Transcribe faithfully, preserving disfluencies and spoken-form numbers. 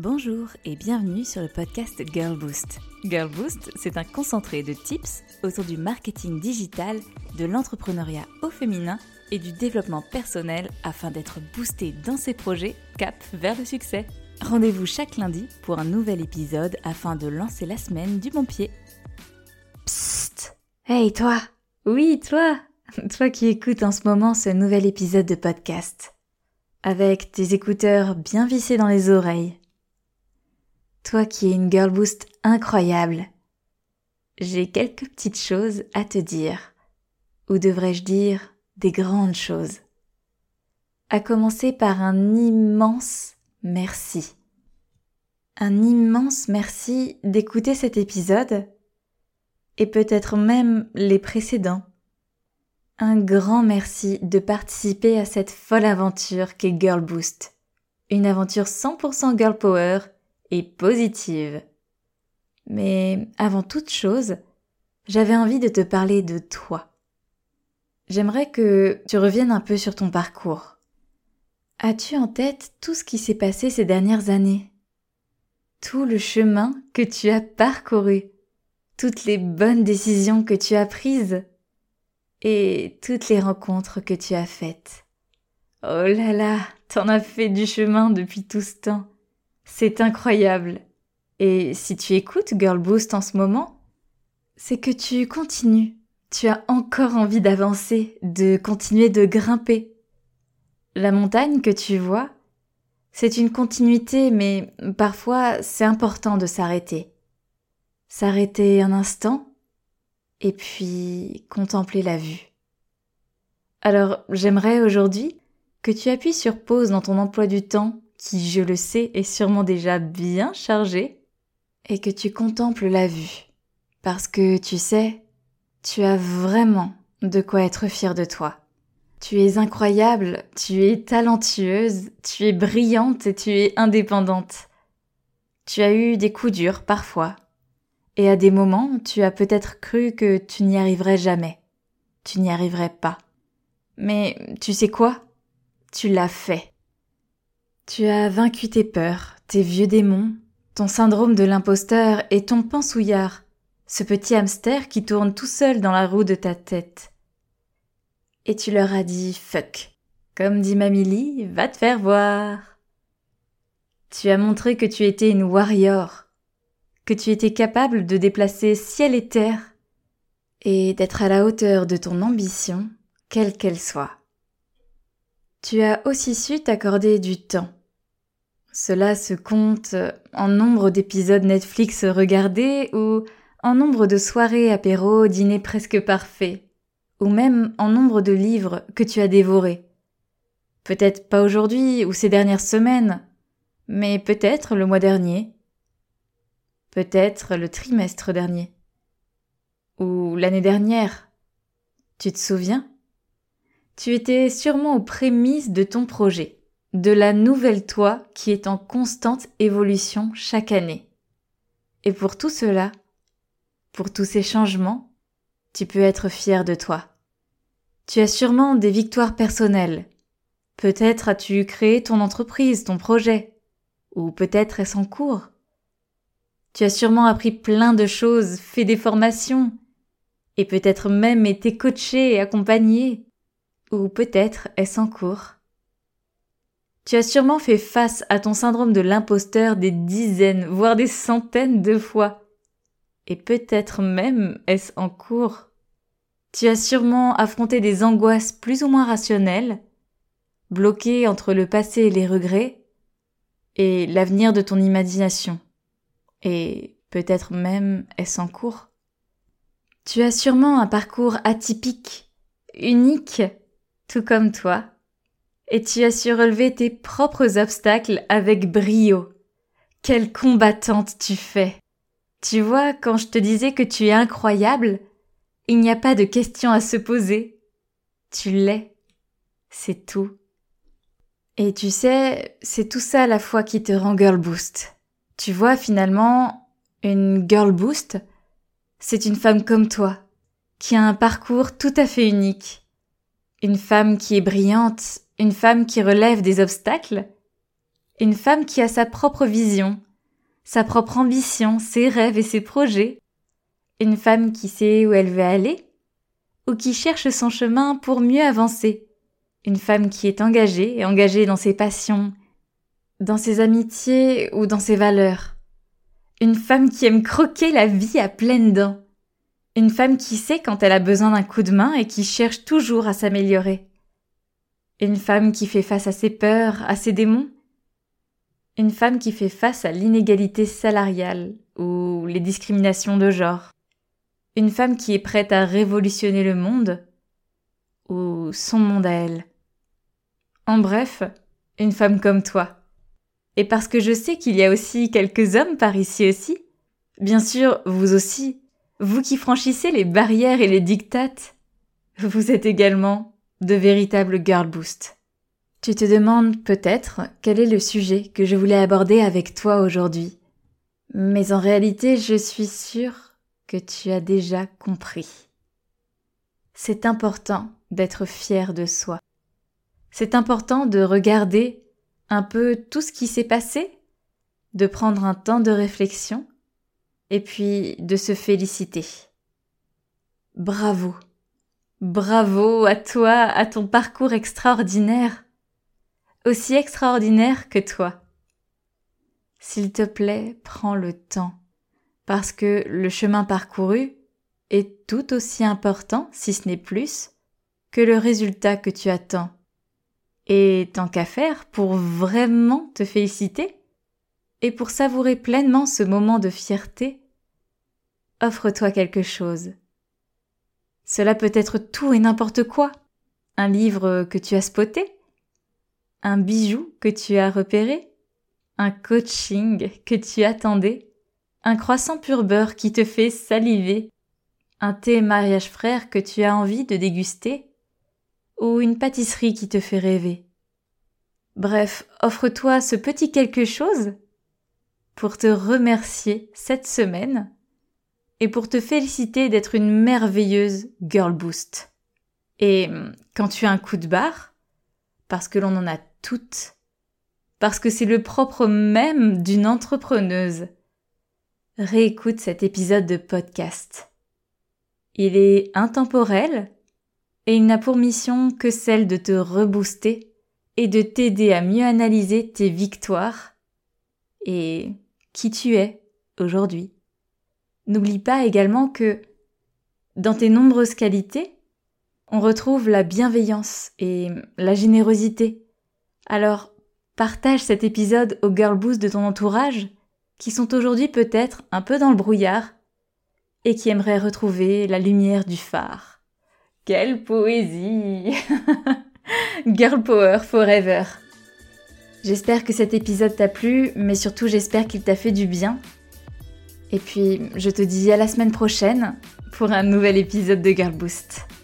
Bonjour et bienvenue sur le podcast Girl Boost. Girl Boost, c'est un concentré de tips autour du marketing digital, de l'entrepreneuriat au féminin et du développement personnel afin d'être boosté dans ses projets cap vers le succès. Rendez-vous chaque lundi pour un nouvel épisode afin de lancer la semaine du bon pied. Psst! Hey toi! Oui, toi! Toi qui écoutes en ce moment ce nouvel épisode de podcast. Avec tes écouteurs bien vissés dans les oreilles. Toi qui es une girl boost incroyable. J'ai quelques petites choses à te dire. Ou devrais-je dire des grandes choses. À commencer par un immense merci. Un immense merci d'écouter cet épisode et peut-être même les précédents. Un grand merci de participer à cette folle aventure qu'est Girl Boost. Une aventure cent pour cent girl power et positive. Mais avant toute chose, j'avais envie de te parler de toi. J'aimerais que tu reviennes un peu sur ton parcours. As-tu en tête tout ce qui s'est passé ces dernières années? Tout le chemin que tu as parcouru, toutes les bonnes décisions que tu as prises et toutes les rencontres que tu as faites. Oh là là, t'en as fait du chemin depuis tout ce temps. C'est incroyable. Et si tu écoutes Girl Boost en ce moment, c'est que tu continues. Tu as encore envie d'avancer, de continuer de grimper. La montagne que tu vois, c'est une continuité, mais parfois c'est important de s'arrêter. S'arrêter un instant, et puis contempler la vue. Alors j'aimerais aujourd'hui que tu appuies sur pause dans ton emploi du temps, qui, je le sais, est sûrement déjà bien chargé, et que tu contemples la vue. Parce que, tu sais, tu as vraiment de quoi être fière de toi. Tu es incroyable, tu es talentueuse, tu es brillante et tu es indépendante. Tu as eu des coups durs parfois. Et à des moments, tu as peut-être cru que tu n'y arriverais jamais. Tu n'y arriverais pas. Mais tu sais quoi ? Tu l'as fait. Tu as vaincu tes peurs, tes vieux démons, ton syndrome de l'imposteur et ton pansouillard, ce petit hamster qui tourne tout seul dans la roue de ta tête. Et tu leur as dit « fuck ». Comme dit Mamie, va te faire voir. Tu as montré que tu étais une warrior, que tu étais capable de déplacer ciel et terre et d'être à la hauteur de ton ambition, quelle qu'elle soit. Tu as aussi su t'accorder du temps. Cela se compte en nombre d'épisodes Netflix regardés ou en nombre de soirées apéro, dîners presque parfaits, ou même en nombre de livres que tu as dévorés. Peut-être pas aujourd'hui ou ces dernières semaines, mais peut-être le mois dernier, peut-être le trimestre dernier, ou l'année dernière. Tu te souviens ? Tu étais sûrement aux prémices de ton projet, de la nouvelle toi qui est en constante évolution chaque année. Et pour tout cela, pour tous ces changements, tu peux être fier de toi. Tu as sûrement des victoires personnelles. Peut-être as-tu créé ton entreprise, ton projet, ou peut-être est-ce en cours. Tu as sûrement appris plein de choses, fait des formations, et peut-être même été coaché et accompagné. Ou peut-être est-ce en cours. Tu as sûrement fait face à ton syndrome de l'imposteur des dizaines, voire des centaines de fois. Et peut-être même est-ce en cours. Tu as sûrement affronté des angoisses plus ou moins rationnelles, bloquées entre le passé et les regrets, et l'avenir de ton imagination. Et peut-être même est-ce en cours. Tu as sûrement un parcours atypique, unique, tout comme toi, et tu as su relever tes propres obstacles avec brio. Quelle combattante tu fais! Tu vois, quand je te disais que tu es incroyable, il n'y a pas de question à se poser. Tu l'es. C'est tout. Et tu sais, c'est tout ça à la fois qui te rend Girl Boost. Tu vois, finalement, une Girl Boost, c'est une femme comme toi, qui a un parcours tout à fait unique. Une femme qui est brillante, une femme qui relève des obstacles Une femme qui a sa propre vision, sa propre ambition, ses rêves et ses projets. Une femme qui sait où elle veut aller ou qui cherche son chemin pour mieux avancer. Une femme qui est engagée, engagée dans ses passions, dans ses amitiés ou dans ses valeurs. Une femme qui aime croquer la vie à pleines dents. Une femme qui sait quand elle a besoin d'un coup de main et qui cherche toujours à s'améliorer. Une femme qui fait face à ses peurs, à ses démons. Une femme qui fait face à l'inégalité salariale ou les discriminations de genre. Une femme qui est prête à révolutionner le monde ou son monde à elle. En bref, une femme comme toi. Et parce que je sais qu'il y a aussi quelques hommes par ici aussi, bien sûr, vous aussi, vous qui franchissez les barrières et les dictates, vous êtes également de véritables girl boost. Tu te demandes peut-être quel est le sujet que je voulais aborder avec toi aujourd'hui. Mais en réalité, je suis sûre que tu as déjà compris. C'est important d'être fier de soi. C'est important de regarder un peu tout ce qui s'est passé, de prendre un temps de réflexion et puis de se féliciter. Bravo, bravo à toi, à ton parcours extraordinaire, aussi extraordinaire que toi. S'il te plaît, prends le temps, parce que le chemin parcouru est tout aussi important, si ce n'est plus, que le résultat que tu attends. Et tant qu'à faire, pour vraiment te féliciter et pour savourer pleinement ce moment de fierté, offre-toi quelque chose. Cela peut être tout et n'importe quoi. Un livre que tu as spoté, un bijou que tu as repéré, un coaching que tu attendais, un croissant pur beurre qui te fait saliver, un thé mariage frère que tu as envie de déguster, ou une pâtisserie qui te fait rêver. Bref, offre-toi ce petit quelque chose pour te remercier cette semaine et pour te féliciter d'être une merveilleuse girl boost. Et quand tu as un coup de barre, parce que l'on en a toutes, parce que c'est le propre même d'une entrepreneuse, réécoute cet épisode de podcast. Il est intemporel et il n'a pour mission que celle de te rebooster et de t'aider à mieux analyser tes victoires et qui tu es aujourd'hui. N'oublie pas également que dans tes nombreuses qualités, on retrouve la bienveillance et la générosité. Alors, partage cet épisode aux girl boost de ton entourage qui sont aujourd'hui peut-être un peu dans le brouillard et qui aimeraient retrouver la lumière du phare. Quelle poésie! Girl power forever! J'espère que cet épisode t'a plu, mais surtout j'espère qu'il t'a fait du bien. Et puis, je te dis à la semaine prochaine pour un nouvel épisode de Girl Boost.